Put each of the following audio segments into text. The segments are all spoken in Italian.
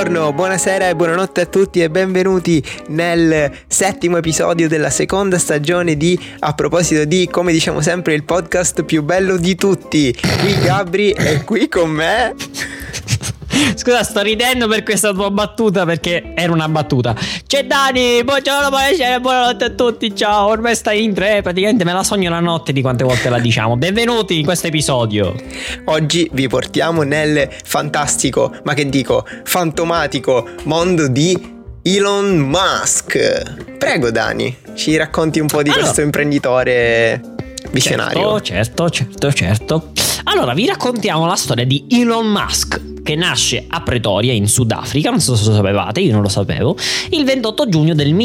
Buongiorno, buonasera e buonanotte a tutti e benvenuti nel 7° episodio della seconda stagione di A proposito di, come diciamo sempre, il podcast più bello di tutti. Qui Gabri è qui con me. Scusa, sto ridendo per questa tua battuta perché era una battuta. C'è Dani, buongiorno, buonasera, buonanotte a tutti, ciao. Ormai sta in tre, praticamente me la sogno la notte di quante volte la diciamo. Benvenuti in questo episodio. Oggi vi portiamo nel fantastico, ma che dico, fantomatico mondo di Elon Musk. Prego Dani, ci racconti un po' di questo imprenditore visionario. Certo. Allora, vi raccontiamo la storia di Elon Musk, che nasce a Pretoria in Sudafrica, non so se lo sapevate, io non lo sapevo, il 28 giugno del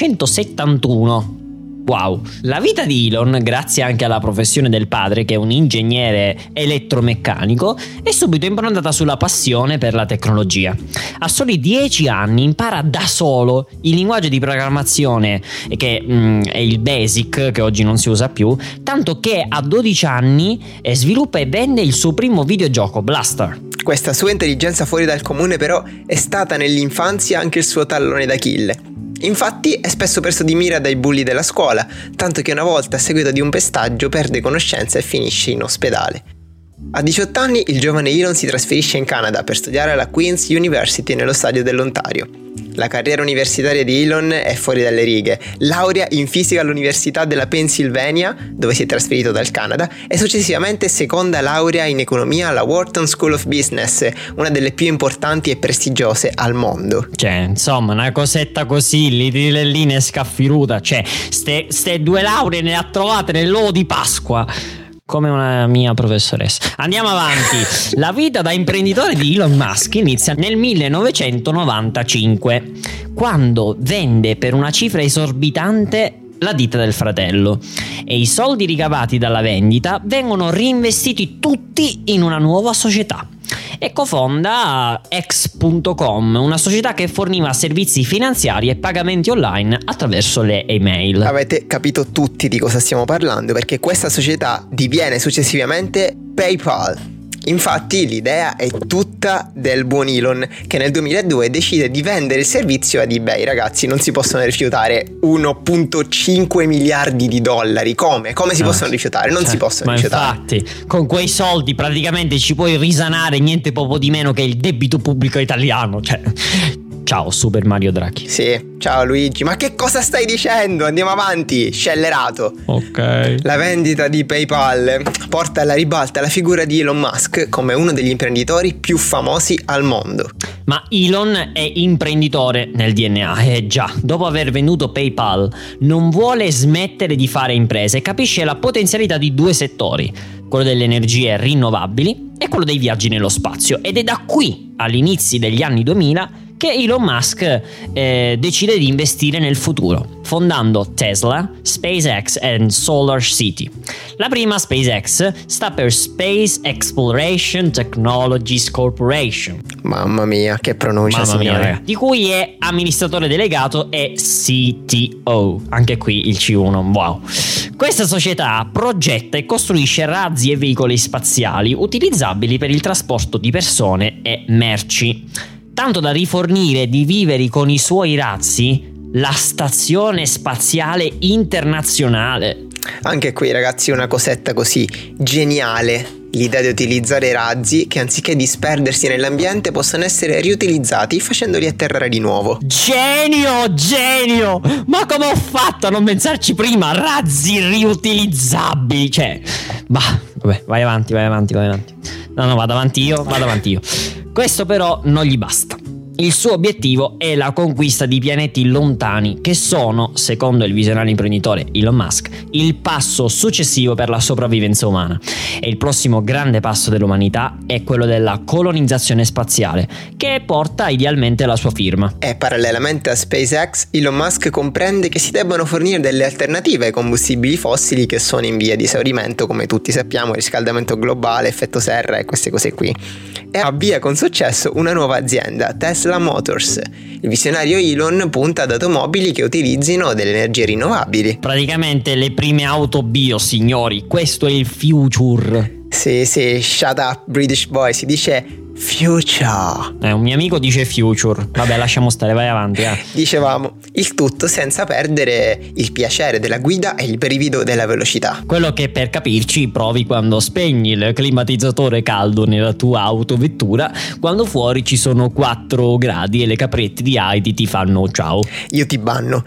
1971. Wow. La vita di Elon, grazie anche alla professione del padre, che è un ingegnere elettromeccanico, è subito improntata sulla passione per la tecnologia. A soli 10 anni impara da solo il linguaggio di programmazione, che è il BASIC, che oggi non si usa più, tanto che a 12 anni sviluppa e vende il suo primo videogioco, Blaster. Questa sua intelligenza fuori dal comune però è stata nell'infanzia anche il suo tallone d'Achille. Infatti è spesso preso di mira dai bulli della scuola, tanto che una volta, a seguito di un pestaggio, perde conoscenza e finisce in ospedale. A 18 anni il giovane Elon si trasferisce in Canada per studiare alla Queen's University nello stato dell'Ontario. La carriera universitaria di Elon è fuori dalle righe. Laurea in fisica all'Università della Pennsylvania, dove si è trasferito dal Canada, e successivamente seconda laurea in economia alla Wharton School of Business, una delle più importanti e prestigiose al mondo. Cioè, insomma, una cosetta così, lì scaffiruta. Cioè, ste 2 lauree ne ha trovate nell'uovo di Pasqua, come una mia professoressa. Andiamo avanti. La vita da imprenditore di Elon Musk inizia nel 1995, quando vende per una cifra esorbitante la ditta del fratello, e i soldi ricavati dalla vendita vengono reinvestiti tutti in una nuova società. E cofonda X.com, una società che forniva servizi finanziari e pagamenti online attraverso le email. Avete capito tutti di cosa stiamo parlando, perché questa società diviene successivamente PayPal. Infatti l'idea è tutta del buon Elon, che nel 2002 decide di vendere il servizio ad eBay. Ragazzi, non si possono rifiutare 1,5 miliardi di dollari. Come si possono rifiutare? Non si possono rifiutare. Infatti, con quei soldi praticamente ci puoi risanare niente poco di meno che il debito pubblico italiano. Cioè, ciao Super Mario Draghi. Sì, ciao Luigi, ma che cosa stai dicendo? Andiamo avanti, scellerato. Ok. La vendita di PayPal porta alla ribalta la figura di Elon Musk come uno degli imprenditori più famosi al mondo. Ma Elon è imprenditore nel DNA, già, dopo aver venduto PayPal non vuole smettere di fare imprese e capisce la potenzialità di 2 settori, quello delle energie rinnovabili e quello dei viaggi nello spazio, ed è da qui, all'inizio degli anni 2000, che Elon Musk decide di investire nel futuro, fondando Tesla, SpaceX e Solar City. La prima, SpaceX, sta per Space Exploration Technologies Corporation. Mamma mia, che pronuncia, signore. Di cui è amministratore delegato e CTO. Anche qui il C1, wow. Questa società progetta e costruisce razzi e veicoli spaziali utilizzabili per il trasporto di persone e merci, tanto da rifornire di viveri con i suoi razzi la Stazione Spaziale Internazionale. Anche qui, ragazzi, una cosetta così geniale. L'idea di utilizzare razzi che, anziché disperdersi nell'ambiente, possono essere riutilizzati facendoli atterrare di nuovo. Genio! Ma come ho fatto a non pensarci prima? Razzi riutilizzabili. Cioè, vabbè, vai avanti. No, vado avanti io. Questo però non gli basta. Il suo obiettivo è la conquista di pianeti lontani, che sono, secondo il visionario imprenditore Elon Musk, il passo successivo per la sopravvivenza umana. E il prossimo grande passo dell'umanità è quello della colonizzazione spaziale, che porta idealmente la sua firma. E parallelamente a SpaceX, Elon Musk comprende che si debbano fornire delle alternative ai combustibili fossili che sono in via di esaurimento, come tutti sappiamo, riscaldamento globale, effetto serra e queste cose qui. E avvia con successo una nuova azienda, Tesla Motors. Il visionario Elon punta ad automobili che utilizzino delle energie rinnovabili. Praticamente le prime auto bio, signori, questo è il future. Sì, shut up British boy, si dice future. Un mio amico dice future. Vabbè, lasciamo stare, vai avanti. Dicevamo, il tutto senza perdere il piacere della guida e il brivido della velocità. Quello che, per capirci, provi quando spegni il climatizzatore caldo nella tua autovettura, quando fuori ci sono 4 gradi e le caprette di Heidi ti fanno ciao. Io ti banno.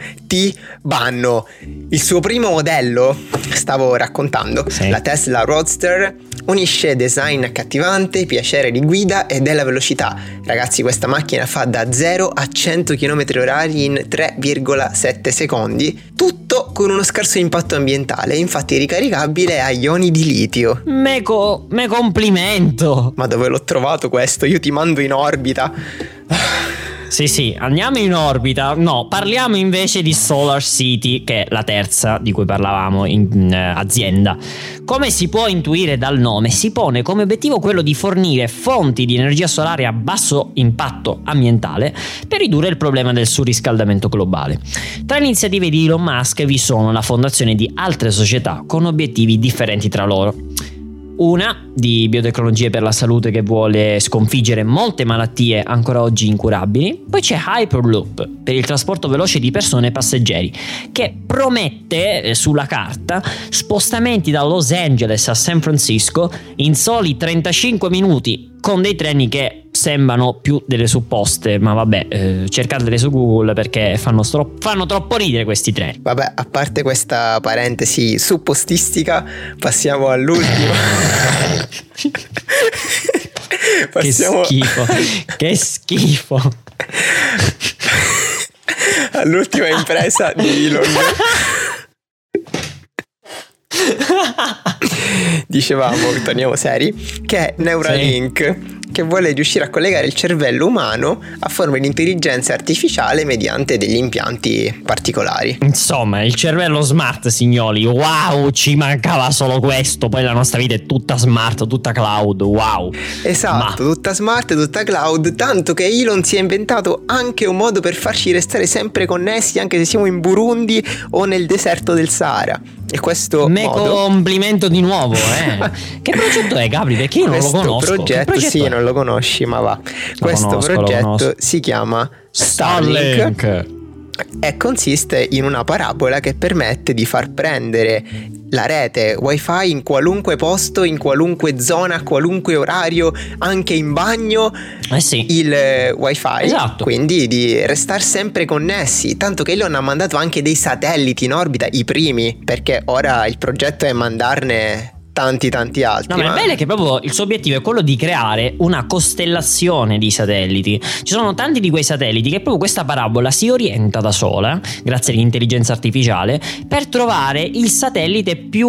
Il suo primo modello, stavo raccontando, sì, la Tesla Roadster, unisce design accattivante, piacere di guida e della velocità. Ragazzi, questa macchina fa da 0 a 100 km/h in 3,7 secondi, tutto con uno scarso impatto ambientale, infatti ricaricabile a ioni di litio. Me complimento! Ma dove l'ho trovato questo? Io ti mando in orbita. Sì, andiamo in orbita. No, parliamo invece di Solar City, che è la terza di cui parlavamo in azienda. Come si può intuire dal nome, si pone come obiettivo quello di fornire fonti di energia solare a basso impatto ambientale per ridurre il problema del surriscaldamento globale. Tra le iniziative di Elon Musk vi sono la fondazione di altre società con obiettivi differenti tra loro. Una di biotecnologie per la salute che vuole sconfiggere molte malattie ancora oggi incurabili. Poi c'è Hyperloop per il trasporto veloce di persone e passeggeri, che promette sulla carta spostamenti da Los Angeles a San Francisco in soli 35 minuti con dei treni che sembrano più delle supposte, ma vabbè, cercatele su Google perché fanno troppo ridere questi treni. Vabbè, a parte questa parentesi suppostistica, passiamo all'ultimo. Che schifo. All'ultima impresa di Elon. Dicevamo, torniamo seri, che è Neuralink, sì, che vuole riuscire a collegare il cervello umano a forme di intelligenza artificiale mediante degli impianti particolari. Insomma, il cervello smart, signori. Wow, ci mancava solo questo. Poi la nostra vita è tutta smart, tutta cloud. Wow. Esatto, tutta smart, tutta cloud. Tanto che Elon si è inventato anche un modo per farci restare sempre connessi, anche se siamo in Burundi o nel deserto del Sahara. E questo complimento di nuovo, Che progetto è, Gabri? Perché io non lo conosco. Progetto sì, è? Non lo conosci, ma va. Questo progetto si chiama Starlink e consiste in una parabola che permette di far prendere la rete wifi in qualunque posto, in qualunque zona, a qualunque orario, anche in bagno, sì, il wifi, esatto, quindi di restare sempre connessi, tanto che Elon ha mandato anche dei satelliti in orbita, i primi, perché ora il progetto è mandarne tanti altri. No, ma il bello è che proprio il suo obiettivo è quello di creare una costellazione di satelliti. Ci sono tanti di quei satelliti che proprio questa parabola si orienta da sola, grazie all'intelligenza artificiale, per trovare il satellite più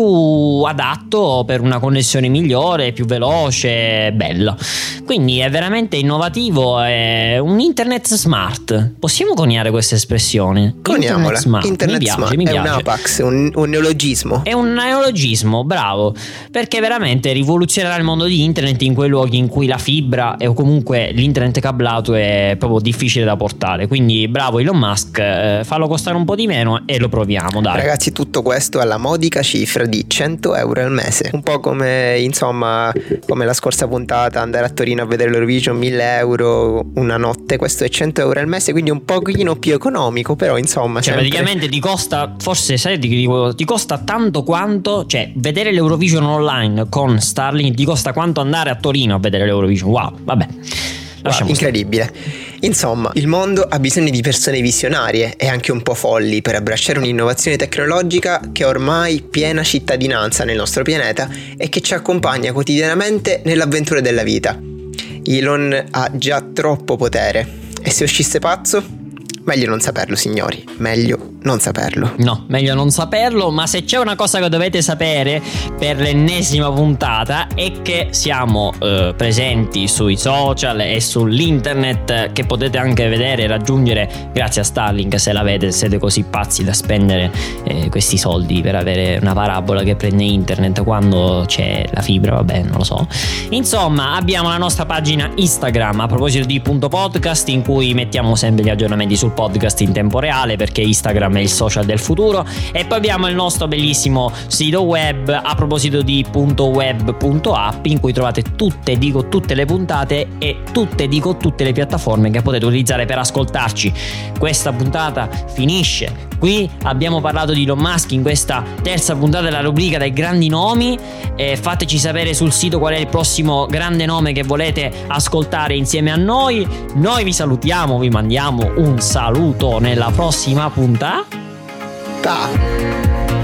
adatto per una connessione migliore, più veloce, bella. Quindi è veramente innovativo, è un internet smart. Possiamo coniare questa espressione? Coniamola. Internet mi smart piace. È un apax, un neologismo. È un neologismo, bravo. Perché veramente rivoluzionerà il mondo di internet in quei luoghi in cui la fibra o comunque l'internet cablato è proprio difficile da portare. Quindi bravo Elon Musk, fallo costare un po' di meno e lo proviamo, dai. Ragazzi, tutto questo alla modica cifra di 100 euro al mese. Un po' come, insomma, come la scorsa puntata, andare a Torino a vedere l'Eurovision, 1000 euro una notte. Questo è 100 euro al mese, quindi un pochino più economico, però insomma, cioè praticamente ti costa, forse sai, ti costa tanto quanto, cioè vedere l'Eurovision online con Starlink ti costa quanto andare a Torino a vedere l'Eurovision. Wow, vabbè, incredibile. Insomma, il mondo ha bisogno di persone visionarie e anche un po' folli per abbracciare un'innovazione tecnologica che ha ormai piena cittadinanza nel nostro pianeta e che ci accompagna quotidianamente nell'avventura della vita. Elon ha già troppo potere e se uscisse pazzo, meglio non saperlo, signori, meglio non saperlo. No, meglio non saperlo, ma se c'è una cosa che dovete sapere per l'ennesima puntata è che siamo presenti sui social e sull'internet, che potete anche vedere e raggiungere grazie a Starlink. Se l'avete, siete così pazzi da spendere questi soldi per avere una parabola che prende internet quando c'è la fibra, vabbè, non lo so. Insomma, abbiamo la nostra pagina Instagram a proposito di .podcast, in cui mettiamo sempre gli aggiornamenti sul podcast in tempo reale, perché Instagram è il social del futuro. E poi abbiamo il nostro bellissimo sito web, a proposito di .web.app, in cui trovate tutte le puntate e tutte le piattaforme che potete utilizzare per ascoltarci. Questa puntata finisce qui. Abbiamo parlato di Elon Musk in questa terza puntata della rubrica dei grandi nomi. Fateci sapere sul sito qual è il prossimo grande nome che volete ascoltare insieme a noi. Noi vi salutiamo, vi mandiamo un saluto nella prossima puntata.